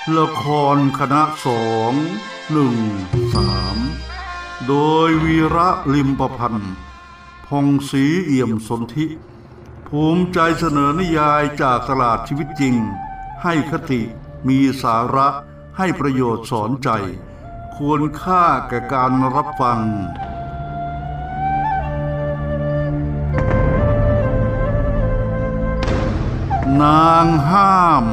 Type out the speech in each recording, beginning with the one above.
ละครคณะสองหนึ่งสามโดยวีระลิมประพันธ์พงศรีเอี่ยมสนธิภูมิใจเสนอนิยายจากตลาดชีวิตจริงให้คติมีสาระให้ประโยชน์สอนใจควรค่าแก่การรับฟังนางห้าม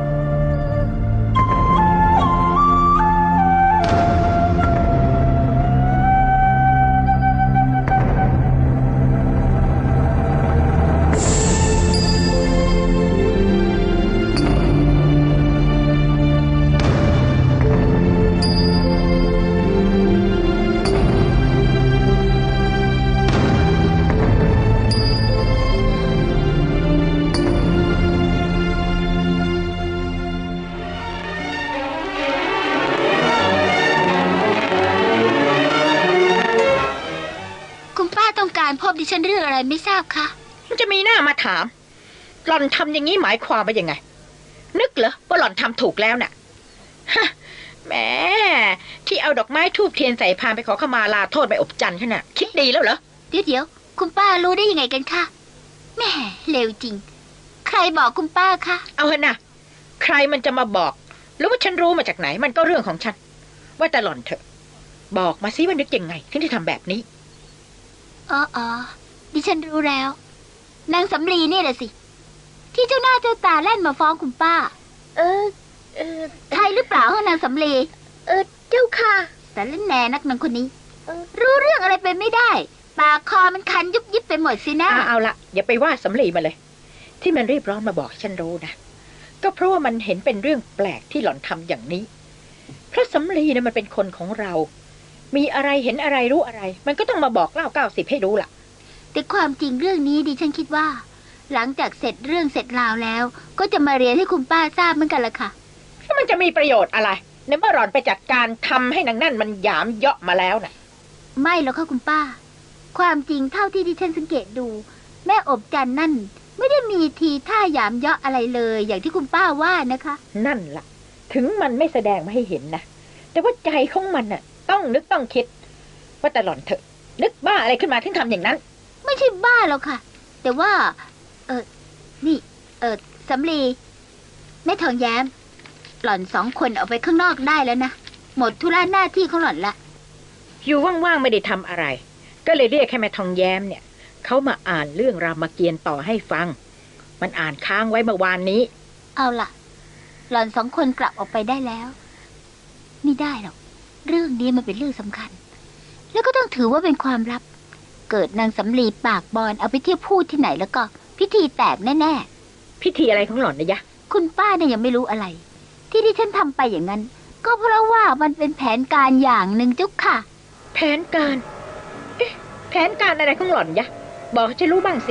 พบดิฉันเรื่องอะไรไม่ทราบคะมันจะมีหน้ามาถามหล่อนทำอย่างนี้หมายความว่ายังไงนึกเหรอว่าหล่อนทำถูกแล้วน่ะฮะแหมที่เอาดอกไม้ธูปเทียนใส่พานไปขอขมาลาโทษไปอบจันทร์ขนาดคิดดีแล้วเหรอเดี๋ยวคุณป้ารู้ได้ยังไงกันคะแหมเลวจริงใครบอกคุณป้าคะเอาเถอะนะใครมันจะมาบอกหรือว่าฉันรู้มาจากไหนมันก็เรื่องของฉันว่าแต่หล่อนเถอะบอกมาสิว่านึกยังไงถึงได้ทำแบบนี้อ๋อดิฉันรู้แล้วนางสำลีนี่แหละสิที่เจ้าหน้าเจ้าตาแล่นมาฟ้องคุณป้าใช่หรือเปล่านางสำลีเจ้าค่ะแต่เล่นแน่นักนางคนนี้รู้เรื่องอะไรไปไม่ได้ปากคอมันคันยุบยิบไปหมดสินะเอาละอย่าไปว่าสำลีมาเลยที่มันรีบร้อนมาบอกฉันรู้นะก็เพราะว่ามันเห็นเป็นเรื่องแปลกที่หล่อนทำอย่างนี้เพราะสำลีเนี่ยมันเป็นคนของเรามีอะไรเห็นอะไรรู้อะไรมันก็ต้องมาบอกเล่า90ให้รู้ล่ะแต่ความจริงเรื่องนี้ดิฉันคิดว่าหลังจากเสร็จเรื่องเสร็จราวแล้วก็จะมาเรียนให้คุณป้าทราบเหมือนกันละค่ะแล้วมันจะมีประโยชน์อะไรในเมื่อหล่อนไปจัดการทำให้นางนั่นมันหยามเยาะมาแล้วน่ะไม่หรอกค่ะคุณป้าความจริงเท่าที่ดิฉันสังเกตดูแม่อบจันนั่นไม่ได้มีทีท่าหยามเยาะอะไรเลยอย่างที่คุณป้าว่านะคะนั่นล่ะถึงมันไม่แสดงมาให้เห็นนะแต่ว่าใจของมันน่ะต้องนึกต้องคิดว่าแต่หล่อนเถอะนึกบ้าอะไรขึ้นมาถึงทำอย่างนั้นไม่ใช่บ้าหรอกค่ะแต่ว่านี่สำลีแม่ทองแย้มหล่อน2 คนออกไปข้างนอกได้แล้วนะหมดธุระหน้าที่ของหล่อนละอยู่ว่างๆไม่ได้ทำอะไรก็เลยเรียกให้แม่ทองแย้มเนี่ยเขามาอ่านเรื่องรามเกียรติ์ต่อให้ฟังมันอ่านค้างไว้เมื่อวานนี้เอาล่ะหล่อน2 คนกลับออกไปได้แล้วไม่ได้หรอกเรื่องนี้มันเป็นเรื่องสำคัญแล้วก็ต้องถือว่าเป็นความลับเกิดนางสำลีปากบอลเอาไปเที่ยวพูดที่ไหนแล้วก็พิธีแตกแน่ๆพิธีอะไรของหล่อนนะยะคุณป้าเนี่ยยังไม่รู้อะไรที่ดิฉันทำไปอย่างนั้นก็เพราะว่ามันเป็นแผนการอย่างหนึ่งจุ๊กค่ะแผนการแผนการอะไรของหล่อนยะบอกให้ฉันรู้บ้างสิ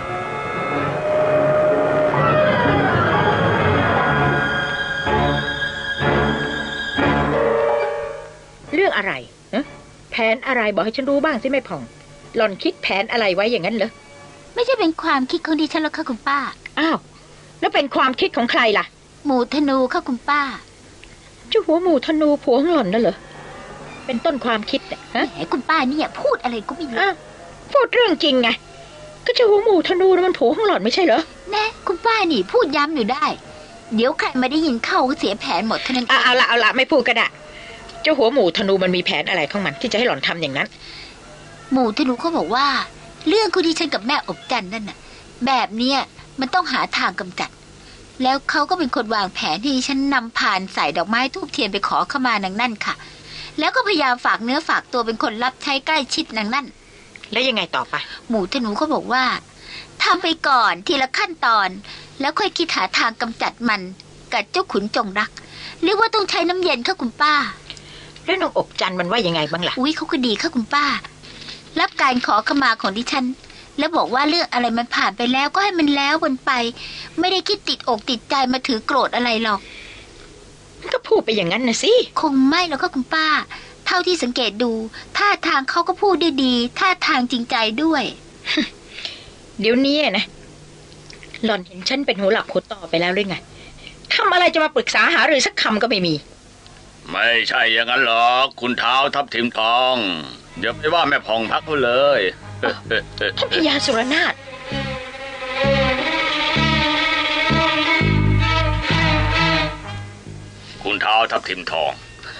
เรื่องอะไรแผนอะไรบอกให้ฉันรู้บ้างสิแม่ผ่องหล่อนคิดแผนอะไรไว้อย่างนั้นเหรอไม่ใช่เป็นความคิดของดิฉันหรอกค่ะคุณป้าอ้าวแล้วเป็นความคิดของใครล่ะหมู่ธนูค่ะคุณป้าเจ้าหัวหมู่ธนูผัวของหล่อนนั่นเหรอเป็นต้นความคิดฮะคุณป้าเนี่ยพูดอะไรก็ไม่รู้พูดเรื่องจริงไงก็เจ้าหัวหมู่ธนูมันผัวของหล่อนไม่ใช่เหรอแน่คุณป้านี่พูดย้ำอยู่ได้เดี๋ยวใครมาได้ยินเข้าเสียแผนหมดทั้งนั้นเอาละไม่พูดก็ได้เจ้าหัวหมู่ธนูมันมีแผนอะไรของมันที่จะให้หล่อนทำอย่างนั้นหมู่ธนูเขาบอกว่าเรื่องคุณดิฉันกับแม่อบจันนั่นน่ะแบบเนี้ยมันต้องหาทางกำจัดแล้วเขาก็เป็นคนวางแผนที่ฉันนำผ่านใส่ดอกไม้ธูปเทียนไปขอขมานางนั่นค่ะแล้วก็พยายามฝากเนื้อฝากตัวเป็นคนรับใช้ใกล้ชิดนางนั่นแล้วยังไงต่อไปหมู่ธนูเขาบอกว่าทำไปก่อนทีละขั้นตอนแล้วค่อยคิดหาทางกำจัดมันกับเจ้าขุนจงรักหรือว่าต้องใช้น้ำเย็นค่ะคุณป้าแล้วน้องอบจันมันว่ายังไงบ้างล่ะอุ้ยเขาก็ดีค่ะคุณป้ารับการขอขมาของดิฉันแล้วบอกว่าเรื่องอะไรมันผ่านไปแล้วก็ให้มันแล้วมันไปไม่ได้คิดติดอกติดใจมาถือโกรธอะไรหรอกก็พูดไปอย่างนั้นนะสิคงไม่หรอกค่ะคุณป้าเท่าที่สังเกตดูท่าทางเขาก็พูดได้ดีท่าทางจริงใจด้วยเดี๋ยวนี้นะหล่อนเห็นฉันเป็นหัวหลักหัวต่อไปแล้วหรือไงทำอะไรจะมาปรึกษาหารือสักคำก็ไม่มีไม่ใช่อย่างนั้นหรอกคุณเท้าทับทิมทองเดี๋ยวไปว่าแม่ผ่องพักเขาเลยท่านพญาสุรนาถคุณเท้าทับทิมทอง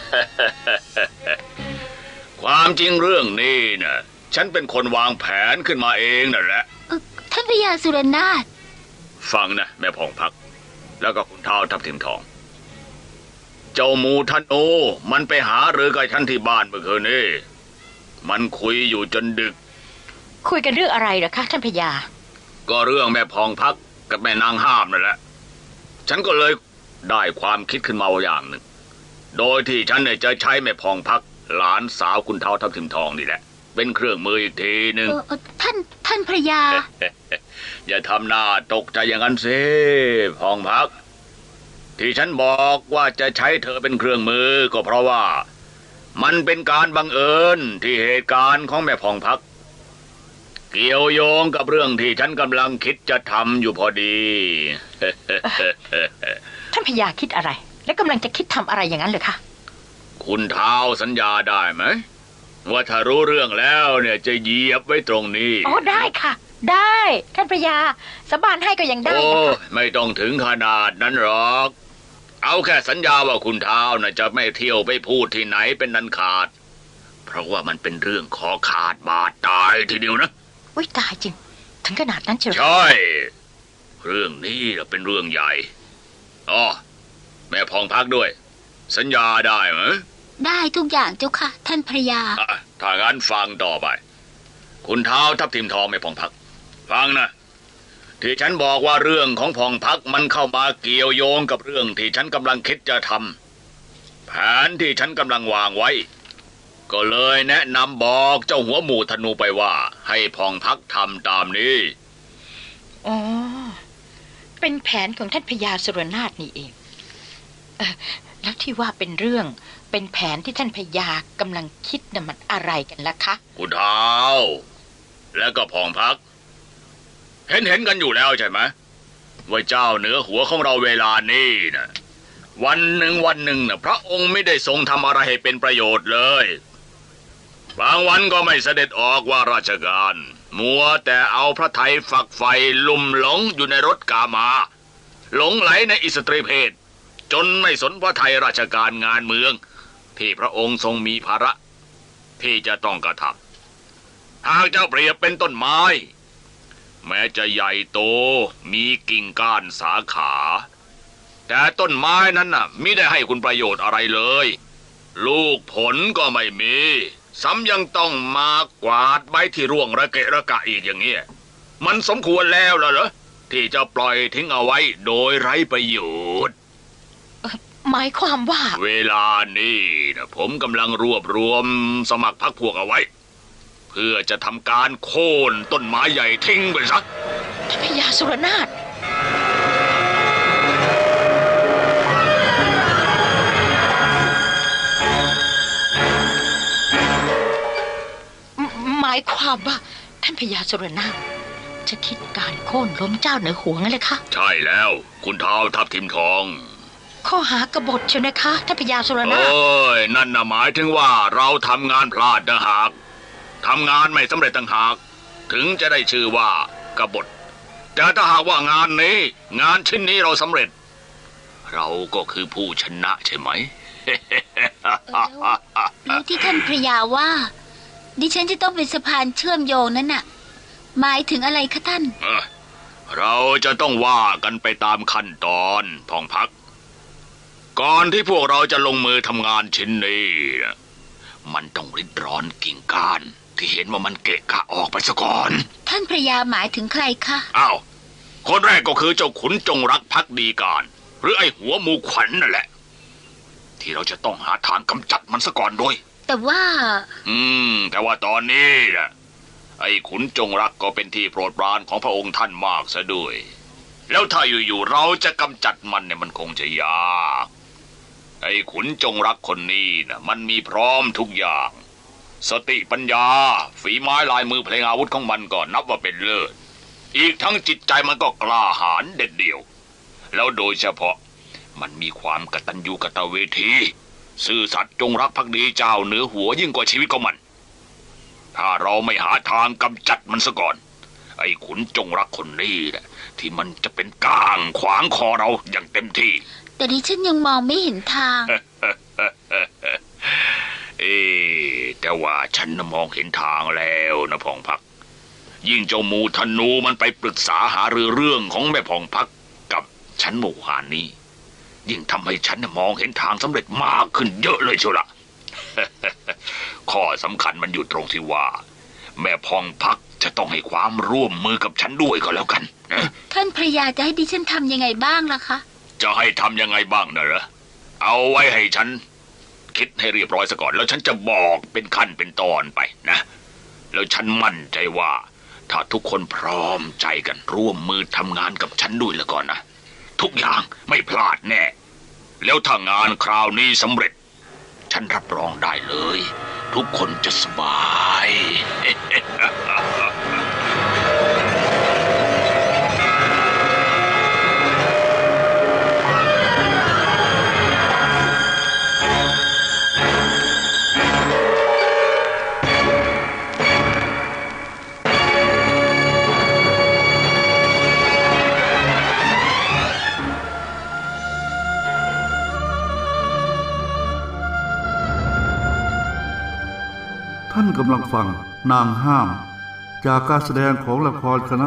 ความจริงเรื่องนี้น่ะฉันเป็นคนวางแผนขึ้นมาเองนั่นแหละท่านพญาสุรนาถฟังนะแม่ผ่องพักแล้วก็คุณเท้าทับทิมทองเจ้าหมูท่านโอมันไปหารือกับฉันที่บ้านเมื่อคืนนี้มันคุยอยู่จนดึกคุยกันเรื่องอะไรเหรอคะท่านพญาก็เรื่องแม่ผ่องพักกับแม่นางห้ามนั่นแหละฉันก็เลยได้ความคิดขึ้นมาอย่างหนึ่งโดยที่ฉันเนี่ยจะใช้แม่ผ่องพักหลานสาวคุณเท้าทับทิมทองนี่แหละเป็นเครื่องมืออีกทีหนึ่งท่านพระยาอย่าทำหน้าตกใจอย่างนั้นสิผ่องพักที่ฉันบอกว่าจะใช้เธอเป็นเครื่องมือก็เพราะว่ามันเป็นการบังเอิญที่เหตุการณ์ของแม่ผ่องพักเกี่ยวโยงกับเรื่องที่ฉันกำลังคิดจะทำอยู่พอดีท่านพญาคิดอะไรและกำลังจะคิดทำอะไรอย่างนั้นเหรอคะคุณเท้าสัญญาได้ไหมว่าถ้ารู้เรื่องแล้วเนี่ยจะเหยียบไว้ตรงนี้อ๋อได้ค่ะได้ท่านพญาสาบานให้ก็ยังได้นะคะไม่ต้องถึงขนาดนั้นหรอกเอาแค่สัญญาว่าคุณเท้าน่ะจะไม่เที่ยวไปพูดที่ไหนเป็นนันขาดเพราะว่ามันเป็นเรื่องคอขาดบาดตายทีเดียวนะอุ้ยตายจริงถึงขนาดนั้นเชียวใช่เรื่องนี้เป็นเรื่องใหญ่อ๋อแม่พองพักด้วยสัญญาได้ไหมได้ทุกอย่างเจ้าค่ะท่านพระยาถ้างั้นฟังต่อไปคุณเท้าทับทิมทองแม่พองพักฟังนะที่ฉันบอกว่าเรื่องของพองพักมันเข้ามาเกี่ยวโยงกับเรื่องที่ฉันกำลังคิดจะทำแผนที่ฉันกำลังวางไว้ก็เลยแนะนำบอกเจ้าหัวหมูธนูไปว่าให้พองพักทำตามนี้อ๋อเป็นแผนของท่านพญาสุรนาถนี่เองแล้วที่ว่าเป็นเรื่องเป็นแผนที่ท่านพญากำลังคิดน่ะมันอะไรกันล่ะคะคุณเท้าแล้วก็พองพักเห็นกันอยู่แล้วใช่ไหมว่าเจ้าเหนือหัวของเราเวลานี้นะวันหนึ่งนะพระองค์ไม่ได้ทรงทำอะไรให้เป็นประโยชน์เลยบางวันก็ไม่เสด็จออกว่าราชการมัวแต่เอาพระทัยฝักใฝ่ลุ่มหลงอยู่ในรถกามาหลงไหลในอิสตรีเพศจนไม่สนพระทัยราชการงานเมืองที่พระองค์ทรงมีภาระที่จะต้องกระทำหากเจ้าเปรียบเป็นต้นไม้แม้จะใหญ่โตมีกิ่งก้านสาขาแต่ต้นไม้นั้นน่ะมิได้ให้คุณประโยชน์อะไรเลยลูกผลก็ไม่มีซ้ำยังต้องมากวาดใบที่ร่วงระเกะระกะอีกอย่างเงี้ยมันสมควรแล้วเหรอที่จะปล่อยทิ้งเอาไว้โดยไร้ประโยชน์หมายความว่าเวลานี้นะผมกำลังรวบรวมสมัครพรรคพวกเอาไว้เพื่อจะทำการโค่นต้นไม้ใหญ่ทิ้งไปซะท่านพญาสุรนาถหมายความว่าท่านพญาสุรนาถจะคิดการโค่นล้มเจ้าเหนือหัวงั้นเลยคะใช่แล้วคุณเท้าทับทิมทองข้อหากบฏเชียวนะคะท่านพญาสุรนาถนั่นน่ะหมายถึงว่าเราทำงานพลาดนะหากทำงานไม่สำเร็จต่างหากถึงจะได้ชื่อว่ากบฏแต่ถ้าหากว่างานชิ้นนี้เราสำเร็จเราก็คือผู้ชนะใช่ไหมแล้วที่ท่านพระยาว่าดิฉันจะต้องเป็นสะพานเชื่อมโยงนั้นน่ะหมายถึงอะไรคะท่านเราจะต้องว่ากันไปตามขั้นตอนพองพักก่อนที่พวกเราจะลงมือทำงานชิ้นนี้มันต้องริดร้อนกิ่งก้านที่เห็นว่ามันเกะกะออกไปซะก่อนท่านพระยาหมายถึงใครคะอ้าวคนแรกก็คือเจ้าขุนจงรักภักดีการหรือไอ้หัวหมูขวัญ นั่นแหละที่เราจะต้องหาทางกำจัดมันซะก่อนโดยแต่ว่าแต่ว่าตอนนี้นะไอ้ขุนจงรักก็เป็นที่โปรดปรานของพระองค์ท่านมากซะด้วยแล้วถ้าอยู่ๆเราจะกำจัดมันเนี่ยมันคงจะยากไอ้ขุนจงรักคนนี้นะมันมีพร้อมทุกอย่างสติปัญญาฝีไม้ลายมือเพลงอาวุธของมันก็นับว่าเป็นเลิศอีกทั้งจิตใจมันก็กล้าหาญเด็ดเดี่ยวแล้วโดยเฉพาะมันมีความกตัญญูกตเวทีซื่อสัตย์จงรักภักดีเจ้าเหนือหัวยิ่งกว่าชีวิตของมันถ้าเราไม่หาทางกำจัดมันซะก่อนไอ้ขุนจงรักคนนี้แหละที่มันจะเป็นกลางขวางคอเราอย่างเต็มที่แต่ดิฉันยังมองไม่เห็นทางแต่ว่าฉันมองเห็นทางแล้วนะพองพักยิ่งเจ้าหมูธนูมันไปปรึกษาหารือเรื่องของแม่พองพักกับฉันเมื่อวานนี้ยิ่งทำให้ฉันมองเห็นทางสำเร็จมากขึ้นเยอะเลยเชียวล่ะ ข้อสำคัญมันอยู่ตรงที่ว่าแม่พองพักจะต้องให้ความร่วมมือกับฉันด้วยก็แล้วกันนะท่านพระยาจะให้ดิฉันทำยังไงบ้างล่ะคะจะให้ทำยังไงบ้างนะเหรอเอาไว้ให้ฉันคิดให้เรียบร้อยซะก่อนแล้วฉันจะบอกเป็นขั้นเป็นตอนไปนะแล้วฉันมั่นใจว่าถ้าทุกคนพร้อมใจกันร่วมมือทำงานกับฉันด้วยแล้วก่อนนะทุกอย่างไม่พลาดแน่แล้วถ้างานคราวนี้สำเร็จฉันรับรองได้เลยทุกคนจะสบายท่านกำลังฟังนางห้ามจากการแสดงของละครคณะ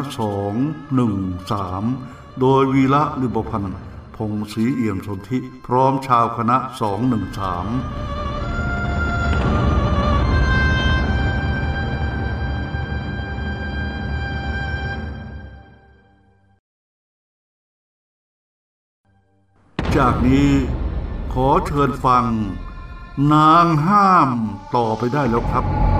213โดยวีระลิบพันธ์พงศรีเอี่ยมสนธิพร้อมชาวคณะ213จากนี้ขอเชิญฟังนางห้ามต่อไปได้แล้วครับ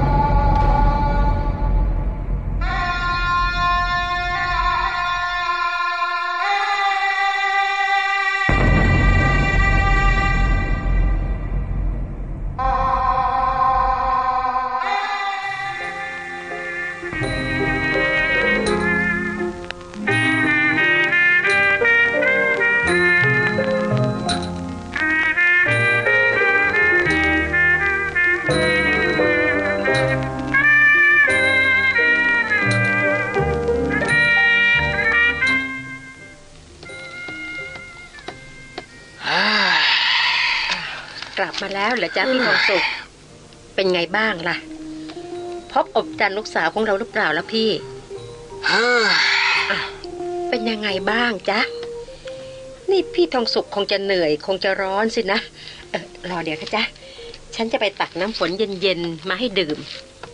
กลับมาแล้วเหรอจ๊ะพี่ทองสุขเป็นไงบ้างล่ะพบอบจันลูกสาวของเราหรือเปล่าล่ะพี่เป็นยังไงบ้างจ๊ะนี่พี่ทองสุขคงจะเหนื่อยคงจะร้อนสินะรอเดี๋ยวนะจ๊ะฉันจะไปตักน้ำฝนเย็นๆมาให้ดื่ม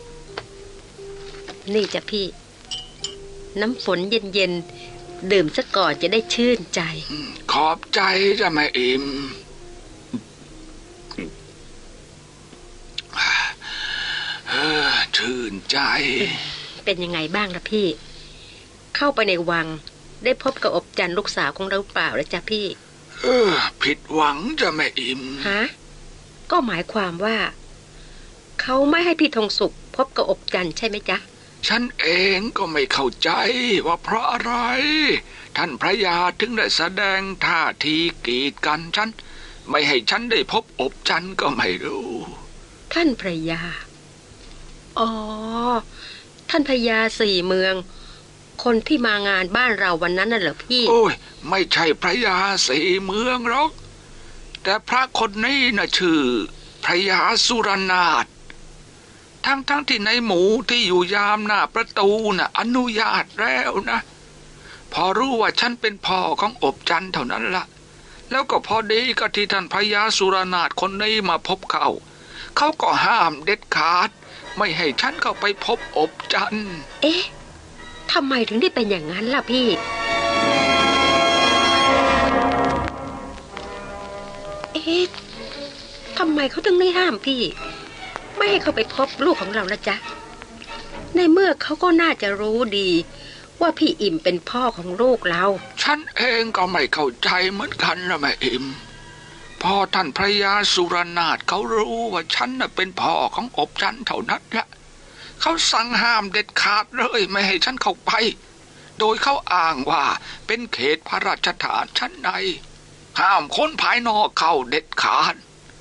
นี่จ้ะพี่น้ำฝนเย็นๆดื่มซะก่อนจะได้ชื่นใจขอบใจจ้ะแม่อิ่มชื่นใจเป็นยังไงบ้างล่ะพี่เข้าไปในวังได้พบกับอบจันลูกสาวของเราเปล่าแล้วจ้ะพี่ผิดหวังจะแม่อิ่มฮะก็หมายความว่าเขาไม่ให้พี่ทองสุขพบกับอบจันใช่ไหมจ๊ะฉันเองก็ไม่เข้าใจว่าเพราะอะไรท่านพระยาถึงได้แสดงท่าทีกีดกันฉันไม่ให้ฉันได้พบอบจันก็ไม่รู้ท่านพระยาอ๋อท่านพญาสี่เมืองคนที่มางานบ้านเราวันนั้นน่ะเหรอพี่โอ้ยไม่ใช่พระยาสี่เมืองหรอกแต่พระคนนี้น่ะชื่อพระยาสุรนาถทั้งที่ในหมู่ที่อยู่ยามหน้าประตูน่ะอนุญาตแล้วนะพอรู้ว่าฉันเป็นพ่อของอบจันเท่านั้นละแล้วก็พอดีก็ที่ท่านพญาสุรนาถคนนี้มาพบเขาก็ห้ามเด็ดขาดไม่ให้ฉันเข้าไปพบอบจันเอ๊ะทำไมถึงได้เป็นอย่างนั้นล่ะพี่เอ๊ะทำไมเขาถึงได้ห้ามพี่ไม่ให้เขาไปพบลูกของเราละจ๊ะในเมื่อเขาก็น่าจะรู้ดีว่าพี่อิ่มเป็นพ่อของลูกเราฉันเองก็ไม่เข้าใจเหมือนกันนะแม่อิ่มพอท่านพระยาสุรนาถเขารู้ว่าฉันน่ะเป็นพ่อของอบจันเท่านั้นแหละเขาสั่งห้ามเด็ดขาดเลยไม่ให้ฉันเข้าไปโดยเขาอ้างว่าเป็นเขตพระราชฐานชั้นในห้ามคนภายนอกเข้าเด็ดขาด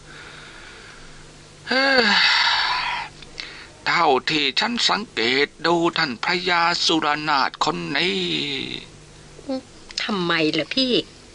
เท่าที่ฉันสังเกตดูท่านพระยาสุรนาถคนนี้ทำไมล่ะพี่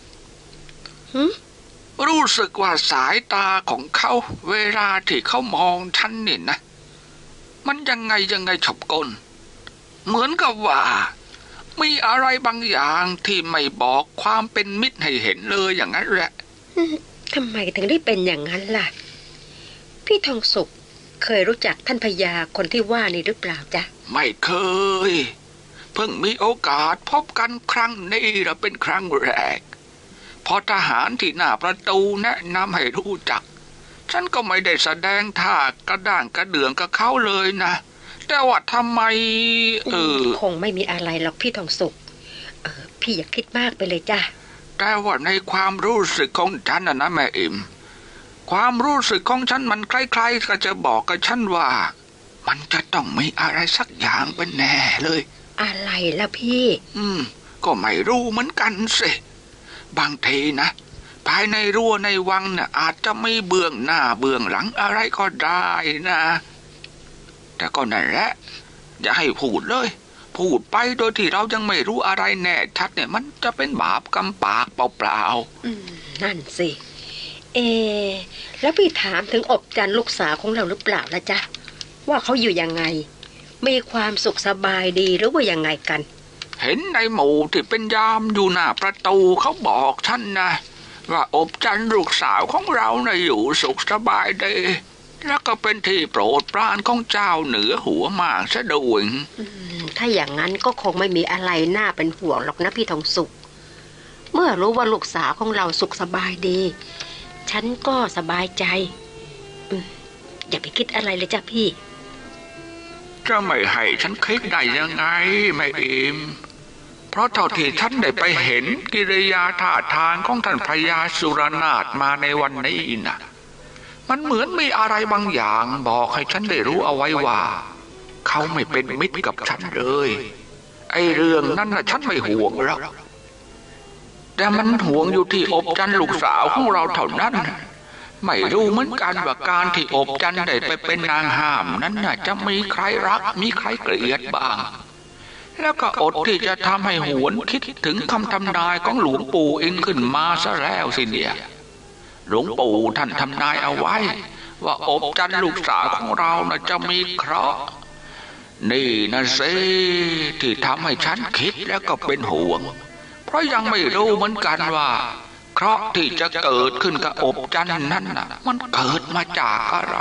รู้สึกว่าสายตาของเขาเวลาที่เขามองฉันนี่นะมันยังไงฉบกลเหมือนกับว่ามีอะไรบางอย่างที่ไม่บอกความเป็นมิตรให้เห็นเลยอย่างนั้นแหละทำไมถึงได้เป็นอย่างนั้นล่ะพี่ทองสุขเคยรู้จักท่านพญาคนที่ว่านี่หรือเปล่าจ๊ะไม่เคยเพิ่งมีโอกาสพบกันครั้งนี้ละเป็นครั้งแรกพอทหารที่หน้าประตูแนะนำให้รู้จักฉันก็ไม่ได้แสดงท่ากระด้างกระเดื่องกับเขาเลยนะแต่ว่าทำไมคงไม่มีอะไรหรอกพี่ทองสุขพี่อย่าคิดมากไปเลยจ้ะแต่ว่าในความรู้สึกของฉันนะแม่อิ่มความรู้สึกของฉันมันคล้ายๆก็จะบอกกับฉันว่ามันจะต้องมีอะไรสักอย่างเป็นแน่เลยอะไรล่ะพี่ก็ไม่รู้เหมือนกันสิบางทีนะภายในรั้วในวังน่ะอาจจะไม่เบื้องหน้าเบื้องหลังอะไรก็ได้นะแต่ก็นั่นแหละอย่าให้พูดเลยพูดไปโดยที่เรายังไม่รู้อะไรแน่ชัดเนี่ยมันจะเป็นบาปกรรมปากเปล่าๆนั่นสิแล้วพี่ถามถึงอบจันทร์ลูกสาวของเราหรือเปล่าล่ะจ๊ะว่าเขาอยู่ยังไงมีความสุขสบายดีหรือว่ายังไงกันเห็นในหมู่ที่เป็นยามอยู่หน้าประตูเขาบอกฉันนะว่าอบจันทร์ลูกสาวของเรานะอยู่สุขสบายดีแล้วก็เป็นที่โปรดปรานของเจ้าเหนือหัวมากซะด้วยถ้าอย่างนั้นก็คงไม่มีอะไรน่าเป็นห่วงหรอกนะพี่ทองสุขเมื่อรู้ว่าลูกสาวของเราสุขสบายดีฉันก็สบายใจอย่าไปคิดอะไรเลยจ้ะพี่จะไม่ให้ฉันคิดได้ยังไงไม่อิ่มเพราะเท่าที่ฉันได้ไปเห็นกิริยาท่าทางของท่านพญาสุรนาถมาในวันนี้นะมันเหมือนมีอะไรบางอย่างบอกให้ฉันได้รู้เอาไว้ว่าเขาไม่เป็นมิตรกับฉันเลยไอ้เรื่องนั้นน่ะฉันไม่ห่วงหรอกแต่มันห่วงอยู่ที่อบจันทร์ลูกสาวของเราเท่านั้นไม่รู้เหมือนกันว่าการที่อบจันทร์ได้ไปเป็นนางห้ามนั้นน่ะจะมีใครรักมีใครเกลียดบ้างแล้วก็อดที่จะทำให้หวนคิดถึงคำทำนายของหลวงปู่เองขึ้นมาซะแล้วสิเนี่ยหลวงปู่ท่านทำนายเอาไว้ว่าอบจันทร์ลูกสาวของเราน่ะจะมีเคราะห์นี่นะสิที่ทำให้ฉันคิดแล้วก็เป็นห่วงเพราะยังไม่รู้เหมือนกันว่าเคราะห์ที่จะเกิดขึ้นกับอบจันทร์นั้นน่ะมันเกิดมาจากอะไร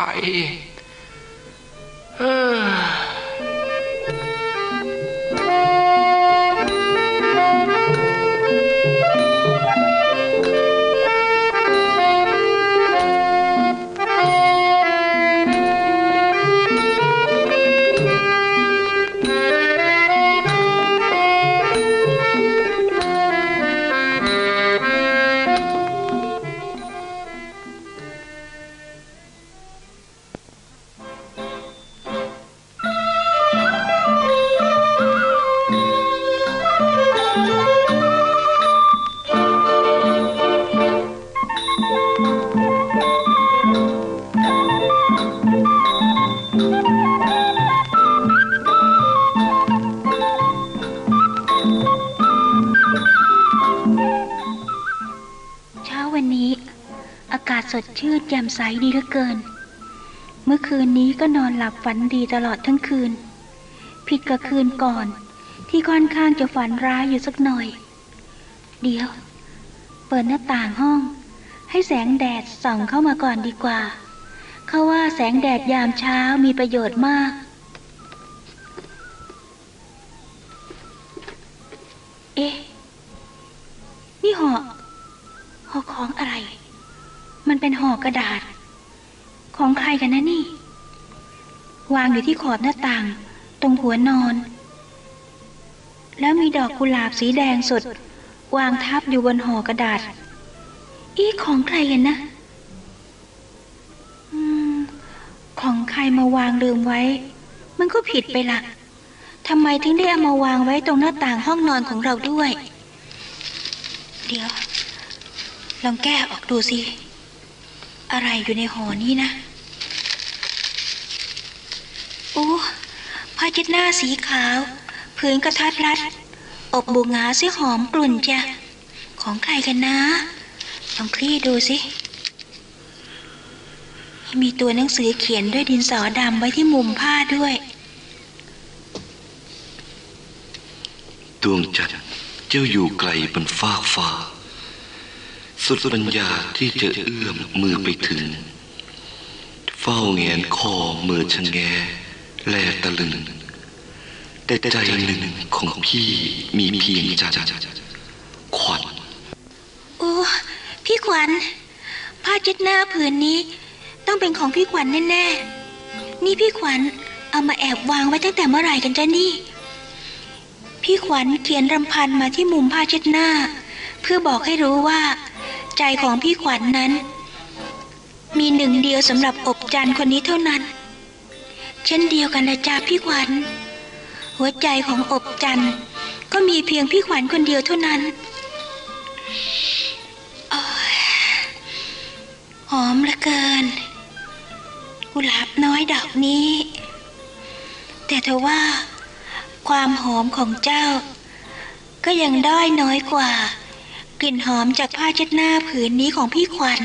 สดชื่นแจ่มใสดีเหลือเกินเมื่อคืนนี้ก็นอนหลับฝันดีตลอดทั้งคืนผิดกับคืนก่อนที่ค่อนข้างจะฝันร้ายอยู่สักหน่อยเดี๋ยวเปิดหน้าต่างห้องให้แสงแดดส่องเข้ามาก่อนดีกว่าเขาว่าแสงแดดยามเช้ามีประโยชน์มากเอ๊ะนี่ห่อของอะไรมันเป็นห่อกระดาษของใครกันนะนี่วางอยู่ที่ขอบหน้าต่างตรงหัวนอนแล้วมีดอกกุหลาบสีแดงสดวางทับอยู่บนห่อกระดาษอีของใครกันนะของใครมาวางลืมไว้มันก็ผิดไปละทำไมถึงได้เอามาวางไว้ตรงหน้าต่างห้องนอนของเราด้วยเดี๋ยวลองแก้ออกดูสิ อะไรอยู่ในห่อนี้นะโอ้ผ้าเช็ดหน้าสีขาวผืนกระทัดรัดอบบุหงาเสียหอมกลุ่นจ้ะของใครกันนะลองคลี่ดูสิมีตัวหนังสือเขียนด้วยดินสอดำไว้ที่มุมผ้าด้วยดวงจันทร์เจ้าอยู่ไกลบนฟากฟ้าสุดปัญญาที่จะเอื้อมมือไปถึงเฝ้าแงนคอมือชะแงแลตะลึงแต่ใจหนึ่งของพี่มีเพียงจันทร์ขวัญโอ้พี่ขวัญผ้าเช็ดหน้าผืนนี้ต้องเป็นของพี่ขวัญแน่ๆนี่พี่ขวัญเอามาแอบวางไว้ตั้งแต่เมื่อไหร่กันจ๊ะนี่พี่ขวัญเขียนรำพันมาที่มุมผ้าเช็ดหน้าเพื่อบอกให้รู้ว่าใจของพี่ขวัญนั้นมีหนึ่งเดียวสำหรับอบจันคนนี้เท่านั้นเช่นเดียวกันนะจ๊ะพี่ขวัญหัวใจของอบจันก็มีเพียงพี่ขวัญคนเดียวเท่านั้นหอมเหลือเกินกุหลาบน้อยดอกนี้แต่เธอว่าความหอมของเจ้าก็ยังด้อยน้อยกว่ากลิ่นหอมจากผ้าเช็ดหน้าผืนนี้ของพี่ขวัญ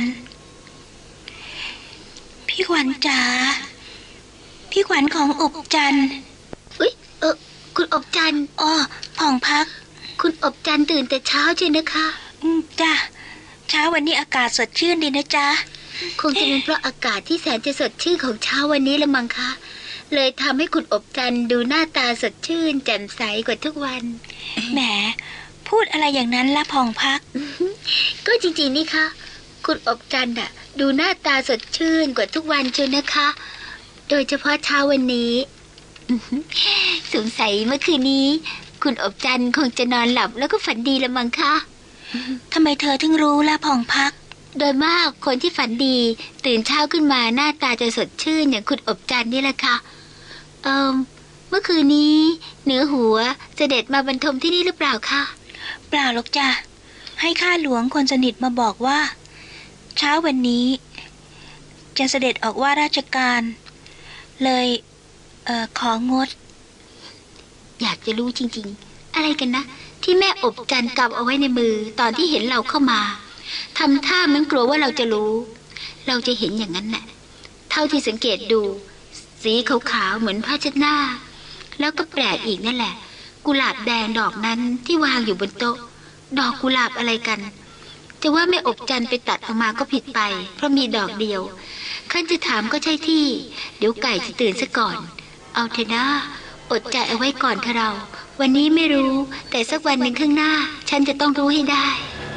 พี่ขวัญจ๋าพี่ขวัญของอบจันคุณอบจันอ๋อผ่องพักคุณอบจันตื่นแต่เช้าใช่นะคะจ้ะเช้าวันนี้อากาศสดชื่นดีนะจ๊ะคงจะเป็นเพราะอากาศที่แสนจะสดชื่นของเช้าวันนี้ละมั้งคะเลยทำให้คุณอบจันดูหน้าตาสดชื่นแจ่มใสกว่าทุกวันแหมพูดอะไรอย่างนั้นละผ่องพักก็จริงๆนี่คะคุณอบจันดูหน้าตาสดชื่นกว่าทุกวันเชียวนะคะโดยเฉพาะเช้าวันนี้สงสัยเมื่อคืนนี้คุณอบจันคงจะนอนหลับแล้วก็ฝันดีละมั้งคะทำไมเธอถึงรู้ล่ะผ่องพักโดยมากคนที่ฝันดีตื่นเช้าขึ้นมาหน้าตาจะสดชื่นอย่างคุณอบจันนี่แหละค่ะเมื่อคืนนี้เหนือหัวเสด็จมาบรรทมที่นี่หรือเปล่าคะเปล่าหรอกจ้ะให้ข้าหลวงคนสนิทมาบอกว่าเช้าวันนี้จะเสด็จออกว่าราชการเลยของดอยากจะรู้จริงๆอะไรกันนะที่แม่อบจันกำเอาไว้ในมือตอนที่เห็นเราเข้ามาทำท่าเหมือนกลัวว่าเราจะรู้เราจะเห็นอย่างนั้นแหละเท่าที่สังเกตดูสีขาวๆเหมือนผ้าเช็ดหน้าแล้วก็แปลกอีกนั่นแหละกุหลาบแดงดอกนั้นที่วางอยู่บนโต๊ะดอกกุหลาบอะไรกันจะว่าแม่อบจันไปตัดออกมาก็ผิดไปเพราะมีดอกเดียวขั้นจะถามก็ใช่ที่เดี๋ยวไก่จะตื่นซะก่อนเอาเถอะนะอดใจเอาไว้ก่อนเถอะเราวันนี้ไม่รู้แต่สักวันหนึ่งข้างหน้าฉันจะต้องรู้ให้ได้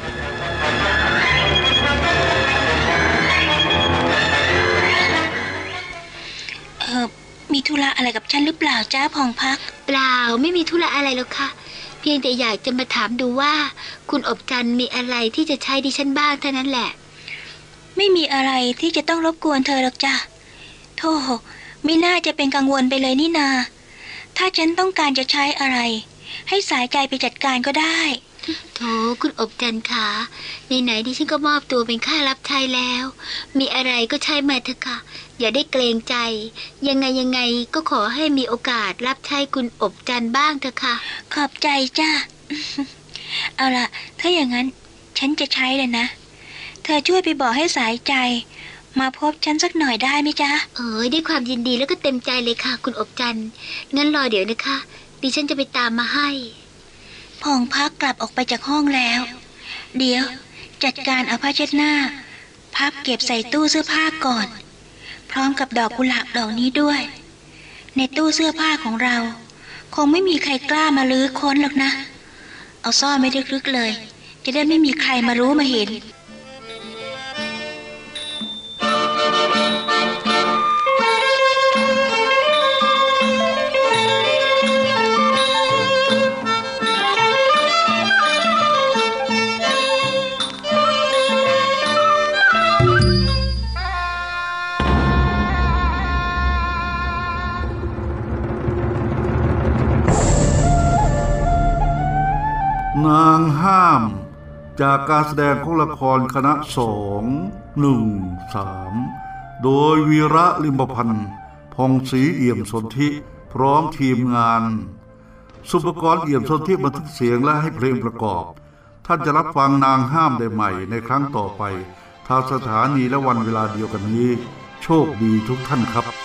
มีธุระอะไรกับฉันหรือเปล่าจ้าผ่องพักเปล่าไม่มีธุระอะไรหรอกค่ะเพียงแต่อยากจะมาถามดูว่าคุณอบจันมีอะไรที่จะใช้ดิฉันบ้างเท่านั้นแหละไม่มีอะไรที่จะต้องรบกวนเธอหรอกจ้ะโธ่ไม่น่าจะเป็นกังวลไปเลยนี่นาถ้าฉันต้องการจะใช้อะไรให้สายใจไปจัดการก็ได้โธ่คุณอบจันค่ะไหนๆดิฉันก็มอบตัวเป็นข้ารับใช้แล้วมีอะไรก็ใช้มาเถอะค่ะอย่าได้เกรงใจยังไงก็ขอให้มีโอกาสรับใช้คุณอบจันบ้างเถอะค่ะขอบใจจ้า เอาล่ะถ้าอย่างนั้นฉันจะใช้เลยนะเธอช่วยไปบอกให้สายใจมาพบฉันสักหน่อยได้ไหมจ๊ะด้วยความยินดีแล้วก็เต็มใจเลยค่ะคุณอบจันงั้นรอเดี๋ยวนะคะดิฉันจะไปตามมาให้ผ่องพักกลับออกไปจากห้องแล้วเดี๋ยวจัดการเอาผ้าเช็ดหน้าพับเก็บใส่ตู้เสื้อผ้าก่อนพร้อมกับดอกกุหลาบดอกนี้ด้วยในตู้เสื้อผ้าของเราคงไม่มีใครกล้ามาลื้อค้นหรอกนะเอาซ่อนไม่ลึกๆเลยจะได้ไม่มีใครมารู้มาเห็นนางห้ามจากการแสดงของละครคณะ2-1-3โดยวีระลิมพันธ์พงศรีเอี่ยมสนธิพร้อมทีมงานสุภกรเอี่ยมสนธิบันทึกเสียงและให้เพลงประกอบท่านจะรับฟังนางห้ามได้ใหม่ในครั้งต่อไปทางสถานีและวันเวลาเดียวกันนี้โชคดีทุกท่านครับ